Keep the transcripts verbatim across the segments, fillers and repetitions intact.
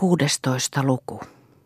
Kuudestoista luku.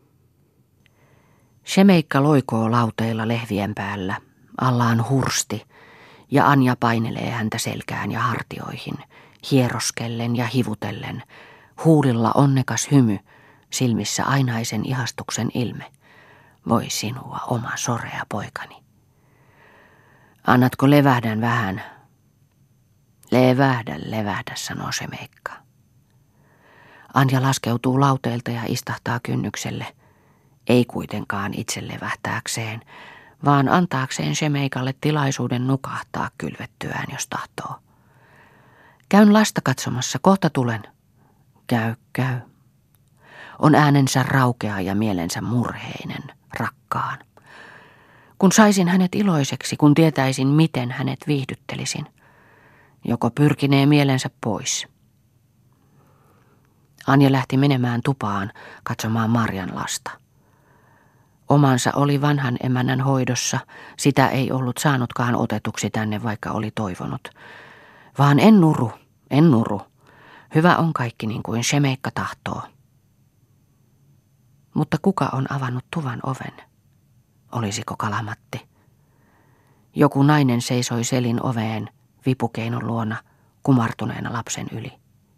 Shemeikka loikoo lauteilla lehvien päällä, allaan hursti, ja Anja painelee häntä selkään ja hartioihin, hieroskellen ja hivutellen, huulilla onnekas hymy, silmissä ainaisen ihastuksen ilme. Voi sinua, oma sorea poikani. Annatko levähdän vähän? Levähdä, levähdä, sanoo Shemeikka. Anja laskeutuu lauteelta ja istahtaa kynnykselle, ei kuitenkaan itse levähtääkseen, vaan antaakseen Shemeikalle tilaisuuden nukahtaa kylvettyään, jos tahtoo. Käyn lasta katsomassa, kohta tulen. Käy, käy. On äänensä raukea ja mielensä murheinen, rakkaan. Kun saisin hänet iloiseksi, kun tietäisin, miten hänet viihdyttelisin. Joko pyrkinee mielensä pois. Anja lähti menemään tupaan katsomaan Marjan lasta. Omansa oli vanhan emännän hoidossa, sitä ei ollut saanutkaan otetuksi tänne, vaikka oli toivonut. Vaan en nuru, en nuru. Hyvä on kaikki niin kuin Shemeikka tahtoo. Mutta kuka on avannut tuvan oven? Olisiko Kalamatti? Joku nainen seisoi selin oveen vipukeinon luona kumartuneena lapsen yli.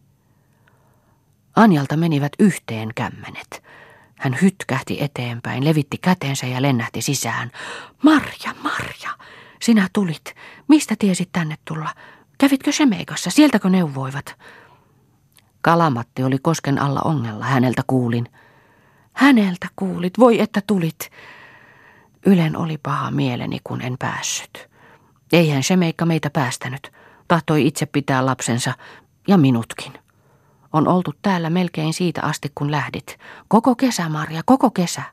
Anjalta menivät yhteen kämmenet. Hän hytkähti eteenpäin, levitti käteensä ja lennähti sisään. Marja, Marja, sinä tulit. Mistä tiesit tänne tulla? Kävitkö Shemeikassa? Sieltäkö neuvoivat? Kalamatti oli kosken alla ongella. Häneltä kuulin. Häneltä kuulit, voi että tulit. Ylen oli paha mieleni, kun en päässyt. Eihän Shemeikka meitä päästänyt. Tahtoi itse pitää lapsensa ja minutkin. On oltu täällä melkein siitä asti, kun lähdit. Koko kesä, Marja, koko kesä.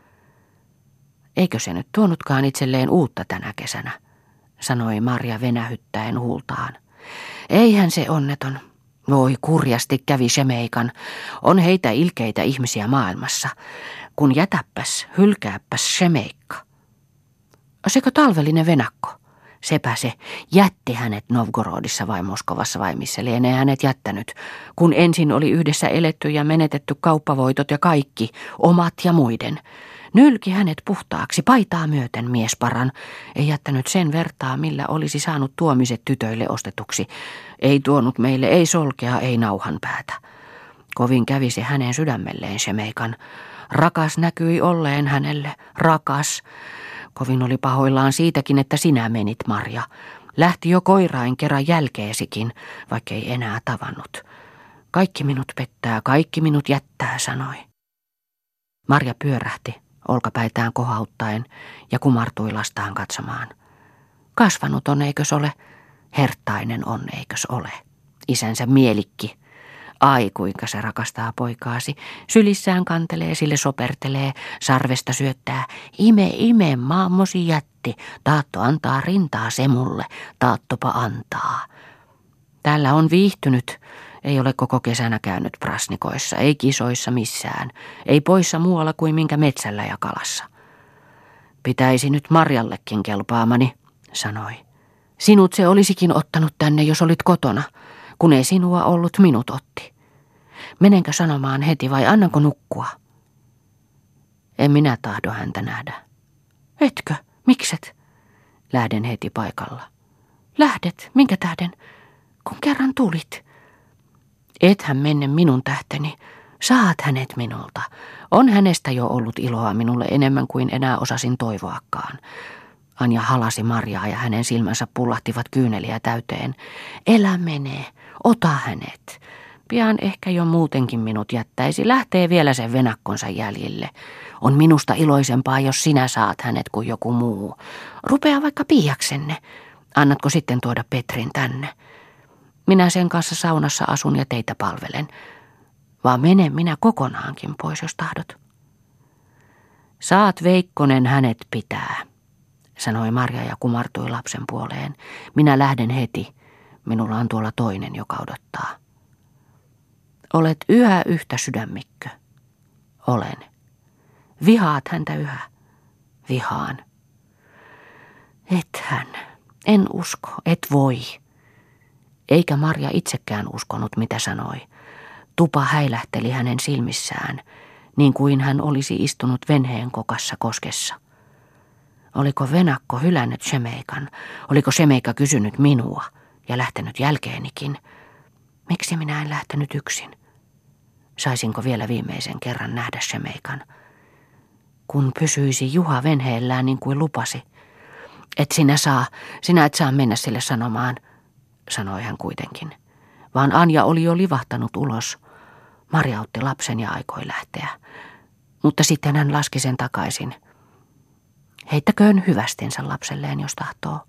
Eikö se nyt tuonutkaan itselleen uutta tänä kesänä, sanoi Marja venähyttäen huultaan. Eihän se onneton. Voi kurjasti kävi Shemeikan. On heitä ilkeitä ihmisiä maailmassa. Kun jätäppäs, hylkääppäs Shemeikka. Sekö talvellinen venakko? Sepä se, jätti hänet Novgorodissa vai Moskovassa vai missä lienee hänet jättänyt, kun ensin oli yhdessä eletty ja menetetty kauppavoitot ja kaikki, omat ja muiden. Nylki hänet puhtaaksi, paitaa myöten miesparan, ei jättänyt sen vertaa, millä olisi saanut tuomiset tytöille ostetuksi. Ei tuonut meille, ei solkea, ei nauhan päätä. Kovin kävi se hänen sydämelleen Shemeikan. Rakas näkyi olleen hänelle, rakas. Kovin oli pahoillaan siitäkin, että sinä menit, Marja. Lähti jo koirain kerran jälkeesikin, vaikkei enää tavannut. Kaikki minut pettää, kaikki minut jättää, sanoi. Marja pyörähti, olkapäitään kohauttaen, ja kumartui lastaan katsomaan. Kasvanut on, eikös ole? Herttainen on, eikös ole? Isänsä mielikki. Ai, kuinka se rakastaa poikaasi. Sylissään kantelee, sille sopertelee, sarvesta syöttää. Ime, ime, maammosi jätti. Taatto antaa rintaa se mulle, taattopa antaa. Täällä on viihtynyt. Ei ole koko kesänä käynyt prasnikoissa, ei kisoissa missään. Ei poissa muualla kuin minkä metsällä ja kalassa. Pitäisi nyt Marjallekin kelpaamani, sanoi. Sinut se olisikin ottanut tänne, jos olit kotona. Kun ei sinua ollut, minut otti. Menenkö sanomaan heti vai annanko nukkua? En minä tahdo häntä nähdä. Etkö? Mikset? Lähden heti paikalla. Lähdet? Minkä tähden? Kun kerran tulit. Ethän menne minun tähteni. Saat hänet minulta. On hänestä jo ollut iloa minulle enemmän kuin enää osasin toivoakaan. Anja halasi Marjaa ja hänen silmänsä pullahtivat kyyneliä täyteen. Elä menee, ota hänet. Pian ehkä jo muutenkin minut jättäisi, lähtee vielä sen venakkonsa jäljille. On minusta iloisempaa, jos sinä saat hänet kuin joku muu. Rupea vaikka piiaksenne. Annatko sitten tuoda Petrin tänne? Minä sen kanssa saunassa asun ja teitä palvelen. Vaan mene minä kokonaankin pois, jos tahdot. Saat Veikkonen hänet pitää, sanoi Marja ja kumartui lapsen puoleen. Minä lähden heti. Minulla on tuolla toinen, joka odottaa. Olet yhä yhtä sydämikkö. Olen. Vihaat häntä yhä. Vihaan. Et hän. En usko. Et voi. Eikä Marja itsekään uskonut, mitä sanoi. Tupa häilähteli hänen silmissään, niin kuin hän olisi istunut venheen kokassa koskessa. Oliko Venakko hylännyt Shemeikan? Oliko Shemeikka kysynyt minua ja lähtenyt jälkeenikin? Miksi minä en lähtenyt yksin? Saisinko vielä viimeisen kerran nähdä Shemeikan? Kun pysyisi Juha venheellään niin kuin lupasi. Et sinä saa, sinä et saa mennä sille sanomaan, sanoi hän kuitenkin. Vaan Anja oli jo livahtanut ulos. Marja otti lapsen ja aikoi lähteä. Mutta sitten hän laski sen takaisin. Heittäköön hyvästinsä lapselleen, jos tahtoo.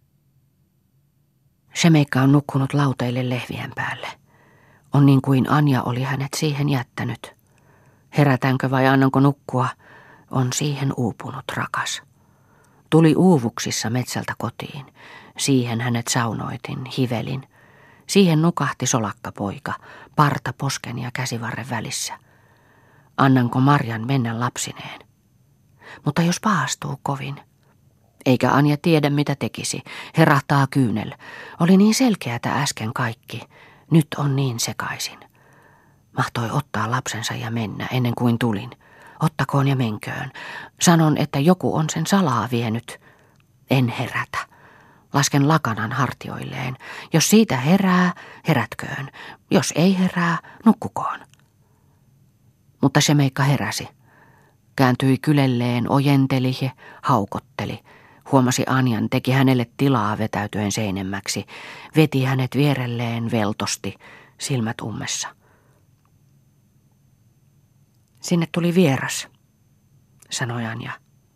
Shemeikka on nukkunut lauteille lehvien päälle. On niin kuin Anja oli hänet siihen jättänyt. Herätänkö vai annanko nukkua, on siihen uupunut rakas. Tuli uuvuksissa metsältä kotiin. Siihen hänet saunoitin, hivelin. Siihen nukahti solakka poika, parta posken ja käsivarren välissä. Annanko Marjan mennä lapsineen? Mutta jos pahastuu kovin. Eikä Anja tiedä mitä tekisi. Herahtaa kyynel. Oli niin selkeätä äsken kaikki. Nyt on niin sekaisin. Mahtoi ottaa lapsensa ja mennä ennen kuin tulin. Ottakoon ja menköön. Sanon, että joku on sen salaa vienyt. En herätä. Lasken lakanan hartioilleen. Jos siitä herää, herätköön. Jos ei herää, nukkukoon. Mutta Shemeikka heräsi. Kääntyi kylelleen, ojenteli ja haukotteli. Huomasi Anjan, teki hänelle tilaa vetäytyen seinemmäksi. Veti hänet vierelleen veltosti, silmät ummessa. Sinne tuli vieras, sanoi Anja.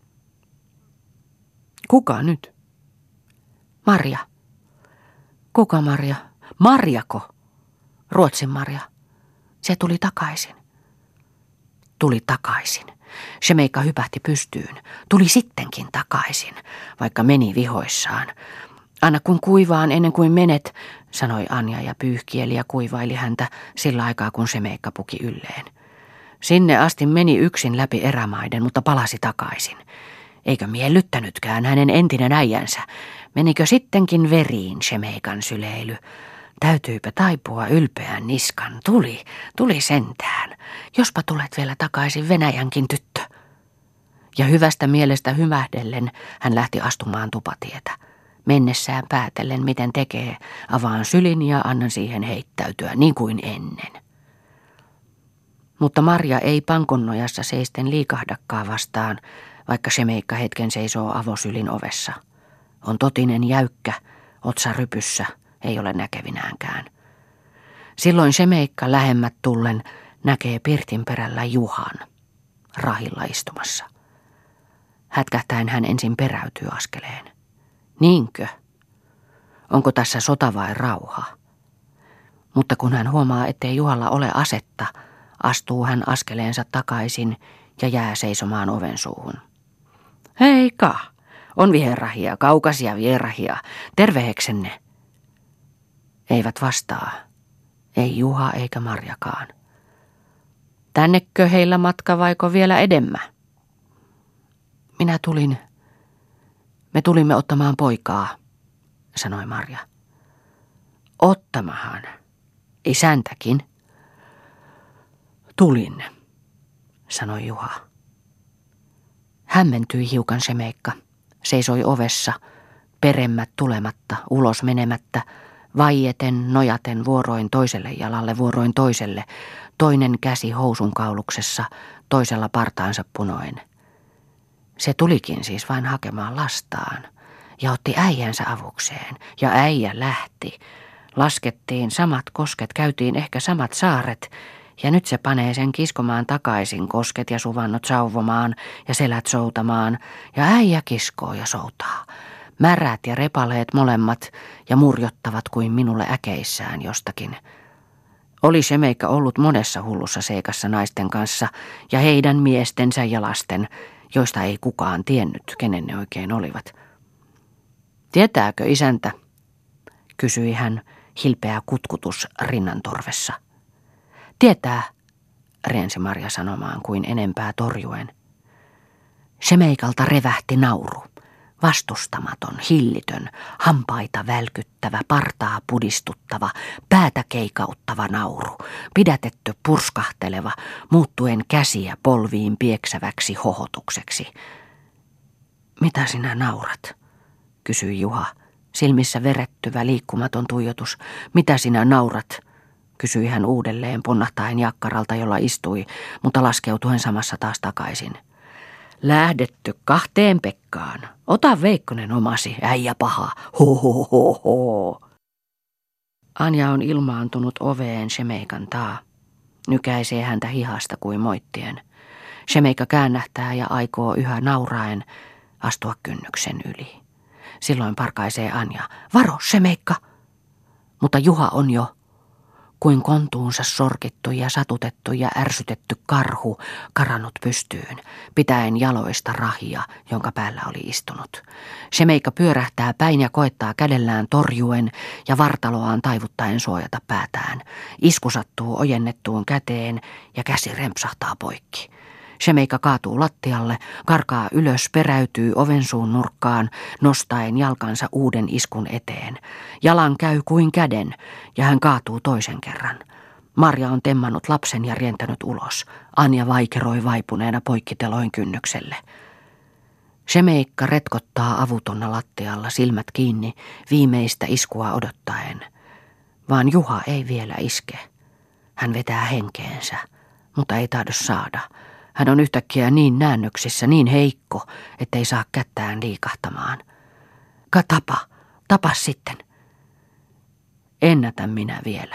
Kuka nyt? Marja. Kuka Marja? Marjako? Ruotsin Marja. Se tuli takaisin. Tuli takaisin. Shemeikka hypähti pystyyn. Tuli sittenkin takaisin, vaikka meni vihoissaan. Anna kun kuivaan ennen kuin menet, sanoi Anja ja pyyhkieli ja kuivaili häntä sillä aikaa kun Shemeikka puki ylleen. Sinne asti meni yksin läpi erämaiden, mutta palasi takaisin. Eikö miellyttänytkään hänen entinen äijänsä? Menikö sittenkin veriin Shemeikan syleily? Täytyypä taipua ylpeän niskan. Tuli, tuli sentään. Jospa tulet vielä takaisin Venäjänkin tyttö. Ja hyvästä mielestä hymähdellen hän lähti astumaan tupatietä. Mennessään päätellen miten tekee, avaan sylin ja annan siihen heittäytyä niin kuin ennen. Mutta Marja ei pankonnojassa seisten liikahdakaan vastaan, vaikka Shemeikka hetken seisoo avosylin ovessa. On totinen jäykkä, otsa rypyssä, ei ole näkevinäänkään. Silloin Shemeikka lähemmät tullen näkee pirtin perällä Juhan, rahilla istumassa. Hätkähtäen hän ensin peräytyy askeleen. Niinkö? Onko tässä sota vai rauha? Mutta kun hän huomaa, ettei Juhalla ole asetta, astuu hän askeleensa takaisin ja jää seisomaan oven suuhun. Heika, on vierahia, kaukaisia vierahia, terveheksenne. Eivät vastaa, ei Juha eikä Marjakaan. Tännekö heillä matka vaiko vielä edemmä? Minä tulin, me tulimme ottamaan poikaa, sanoi Marja. Ottamahan, isäntäkin. Tulin, sanoi Juha. Hämmentyi hiukan Shemeikka, seisoi ovessa, peremmät tulematta, ulos menemättä, vaieten, nojaten vuoroin toiselle jalalle, vuoroin toiselle, toinen käsi housun kauluksessa, toisella partaansa punoen. Se tulikin siis vain hakemaan lastaan ja otti äijänsä avukseen ja äijä lähti. Laskettiin samat kosket, käytiin ehkä samat saaret ja nyt se panee sen kiskomaan takaisin kosket ja suvannot sauvomaan ja selät soutamaan ja äijä kiskoo ja soutaa. Märät ja repaleet molemmat ja murjottavat kuin minulle äkeissään jostakin. Oli Shemeikka ollut monessa hullussa seikassa naisten kanssa ja heidän miestensä ja lasten, joista ei kukaan tiennyt, kenen ne oikein olivat. Tietääkö isäntä, kysyi hän, hilpeä kutkutus rinnantorvessa. Tietää, riensi Marja sanomaan kuin enempää torjuen. Shemeikalta revähti nauru. Vastustamaton, hillitön, hampaita välkyttävä, partaa pudistuttava, päätä keikauttava nauru, pidätetty purskahteleva, muuttuen käsiä polviin pieksäväksi hohotukseksi. Mitä sinä naurat? Kysyi Juha, silmissä verettyvä, liikkumaton tuijotus. Mitä sinä naurat? Kysyi hän uudelleen ponnahtaen jakkaralta, jolla istui, mutta laskeutuen samassa taas takaisin. Lähdetty kahteen Pekkaan. Ota Veikkonen omasi, äijä paha. Ho ho ho ho. Anja on ilmaantunut oveen Šemeikan taa. Nykäisee häntä hihasta kuin moittien. Šemeika käännähtää ja aikoo yhä nauraen astua kynnyksen yli. Silloin parkaisee Anja. Varo, Šemeikka! Mutta Juha on jo kuin kontuunsa sorkittu ja satutettu ja ärsytetty karhu karannut pystyyn, pitäen jaloista rahia, jonka päällä oli istunut. Šemeika pyörähtää päin ja koettaa kädellään torjuen ja vartaloaan taivuttaen suojata päätään. Isku sattuu ojennettuun käteen ja käsi rempsahtaa poikki. Šemeika kaatuu lattialle, karkaa ylös, peräytyy ovensuun nurkkaan, nostaen jalkansa uuden iskun eteen. Jalan käy kuin käden, ja hän kaatuu toisen kerran. Marja on temmannut lapsen ja rientänyt ulos. Anja vaikeroi vaipuneena poikkiteloin kynnykselle. Šemeikka retkottaa avutonna lattialla, silmät kiinni, viimeistä iskua odottaen. Vaan Juha ei vielä iske. Hän vetää henkeensä, mutta ei tahdo saada. Hän on yhtäkkiä niin näännyksissä, niin heikko, ettei saa kättään liikahtamaan. Ka tapa, tapa sitten. Ennätän minä vielä.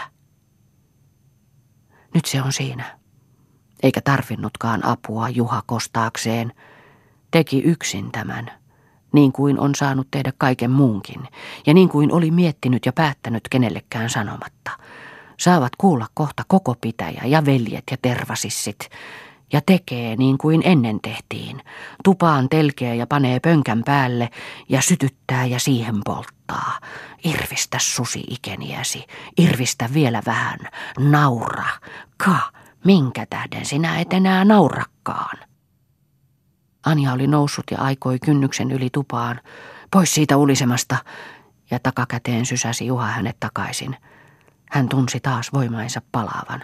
Nyt se on siinä. Eikä tarvinnutkaan apua Juha kostaakseen. Teki yksin tämän, niin kuin on saanut tehdä kaiken muunkin, ja niin kuin oli miettinyt ja päättänyt kenellekään sanomatta. Saavat kuulla kohta koko pitäjä ja veljet ja tervasissit. Ja tekee niin kuin ennen tehtiin. Tupaan telkeä ja panee pönkän päälle ja sytyttää ja siihen polttaa. Irvistä susi ikeniäsi, irvistä vielä vähän, naura. Ka, minkä tähden sinä et enää naurakaan? Anja oli noussut ja aikoi kynnyksen yli tupaan, pois siitä ulisemasta, ja takakäteen sysäsi Juha hänet takaisin. Hän tunsi taas voimainsa palaavan.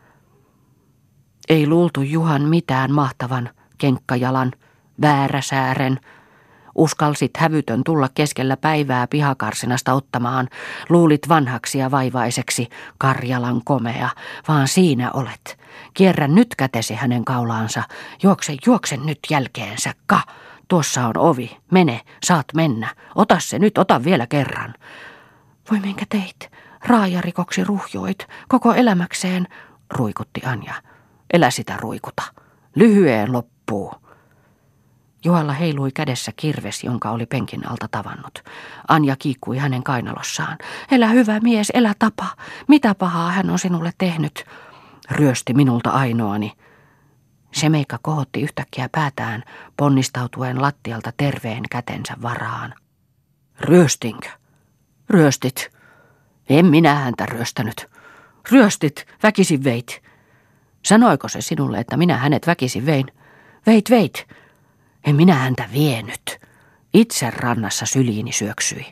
Ei luultu Juhan mitään mahtavan, kenkkajalan, vääräsäären. Uskalsit hävytön tulla keskellä päivää pihakarsinasta ottamaan, luulit vanhaksi ja vaivaiseksi, Karjalan komea, vaan siinä olet. Kierrä nyt kätesi hänen kaulaansa, juokse, juokse nyt jälkeensä, ka, tuossa on ovi, mene, saat mennä, ota se nyt, ota vielä kerran. Voi minkä teit, raajarikoksi ruhjoit, koko elämäkseen, ruikutti Anja. Elä sitä ruikuta. Lyhyeen loppuu. Juhalla heilui kädessä kirves, jonka oli penkin alta tavannut. Anja kiikkui hänen kainalossaan. Elä hyvä mies, elä tapa. Mitä pahaa hän on sinulle tehnyt? Ryösti minulta ainoani. Šemeika kohotti yhtäkkiä päätään, ponnistautuen lattialta terveen kätensä varaan. Ryöstinkö? Ryöstit. En minä häntä ryöstänyt. Ryöstit, väkisin veit. Sanoiko se sinulle, että minä hänet väkisin vein? Veit, veit. En minä häntä vienyt. Itse rannassa syliini syöksyi.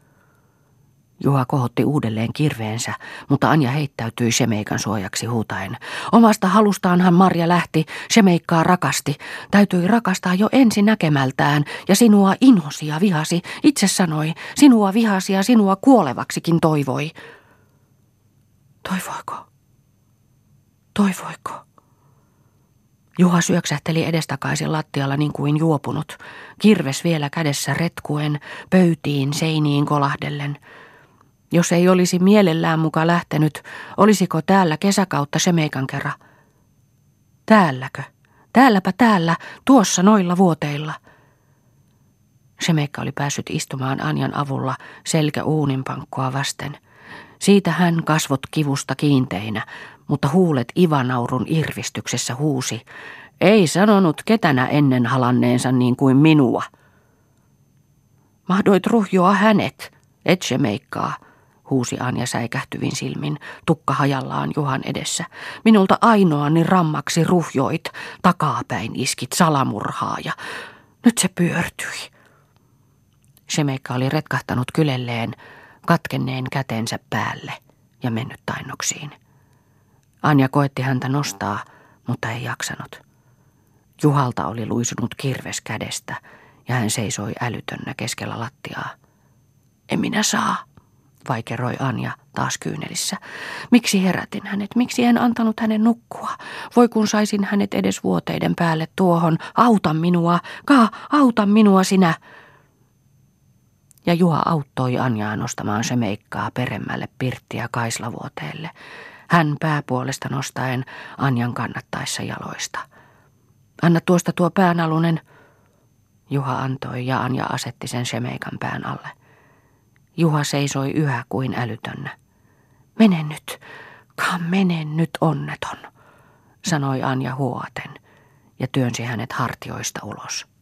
Juha kohotti uudelleen kirveensä, mutta Anja heittäytyi Šemeikan suojaksi huutaen. Omasta halustaanhan Marja lähti, Šemeikkaa rakasti. Täytyi rakastaa jo ensin näkemältään, ja sinua inhosi ja vihasi. Itse sanoi, sinua vihasi ja sinua kuolevaksikin toivoi. Toivoiko? Toivoiko? Juha syöksähteli edestakaisin lattialla niin kuin juopunut. Kirves vielä kädessä retkuen, pöytiin, seiniin kolahdellen. Jos ei olisi mielellään muka lähtenyt, olisiko täällä kesäkautta Šemeikan kerran? Täälläkö? Täälläpä täällä, tuossa noilla vuoteilla. Šemeikka oli päässyt istumaan Anjan avulla selkä uuninpankkoa vasten. Siitä hän kasvot kivusta kiinteinä, mutta huulet ivanaurun irvistyksessä huusi. Ei sanonut ketänä ennen halanneensa niin kuin minua. Mahdoit ruhjoa hänet, et Šemeikkaa, huusi Anja säikähtyvin silmin, tukka hajallaan Juhan edessä. Minulta ainoani rammaksi ruhjoit, takapäin iskit salamurhaaja. Nyt se pyörtyi. Shemeikka oli retkahtanut kylelleen katkenneen kätensä päälle ja mennyt tainnoksiin. Anja koetti häntä nostaa, mutta ei jaksanut. Juhalta oli luisunut kirves kädestä ja hän seisoi älytönnä keskellä lattiaa. En minä saa, vaikeroi Anja taas kyynelissä. Miksi herätin hänet? Miksi en antanut hänen nukkua? Voi kun saisin hänet edes vuoteiden päälle tuohon. Auta minua, Kaa, auta minua sinä. Ja Juha auttoi Anjaa nostamaan Shemeikkaa peremmälle pirttiä kaislavuoteelle. Hän pääpuolesta nostaen Anjan kannattaessa jaloista. Anna tuosta tuo päänalunen. Juha antoi ja Anja asetti sen Shemeikan pään alle. Juha seisoi yhä kuin älytönnä. Mene nyt, Kaa, mene nyt onneton, sanoi Anja huoaten ja työnsi hänet hartioista ulos.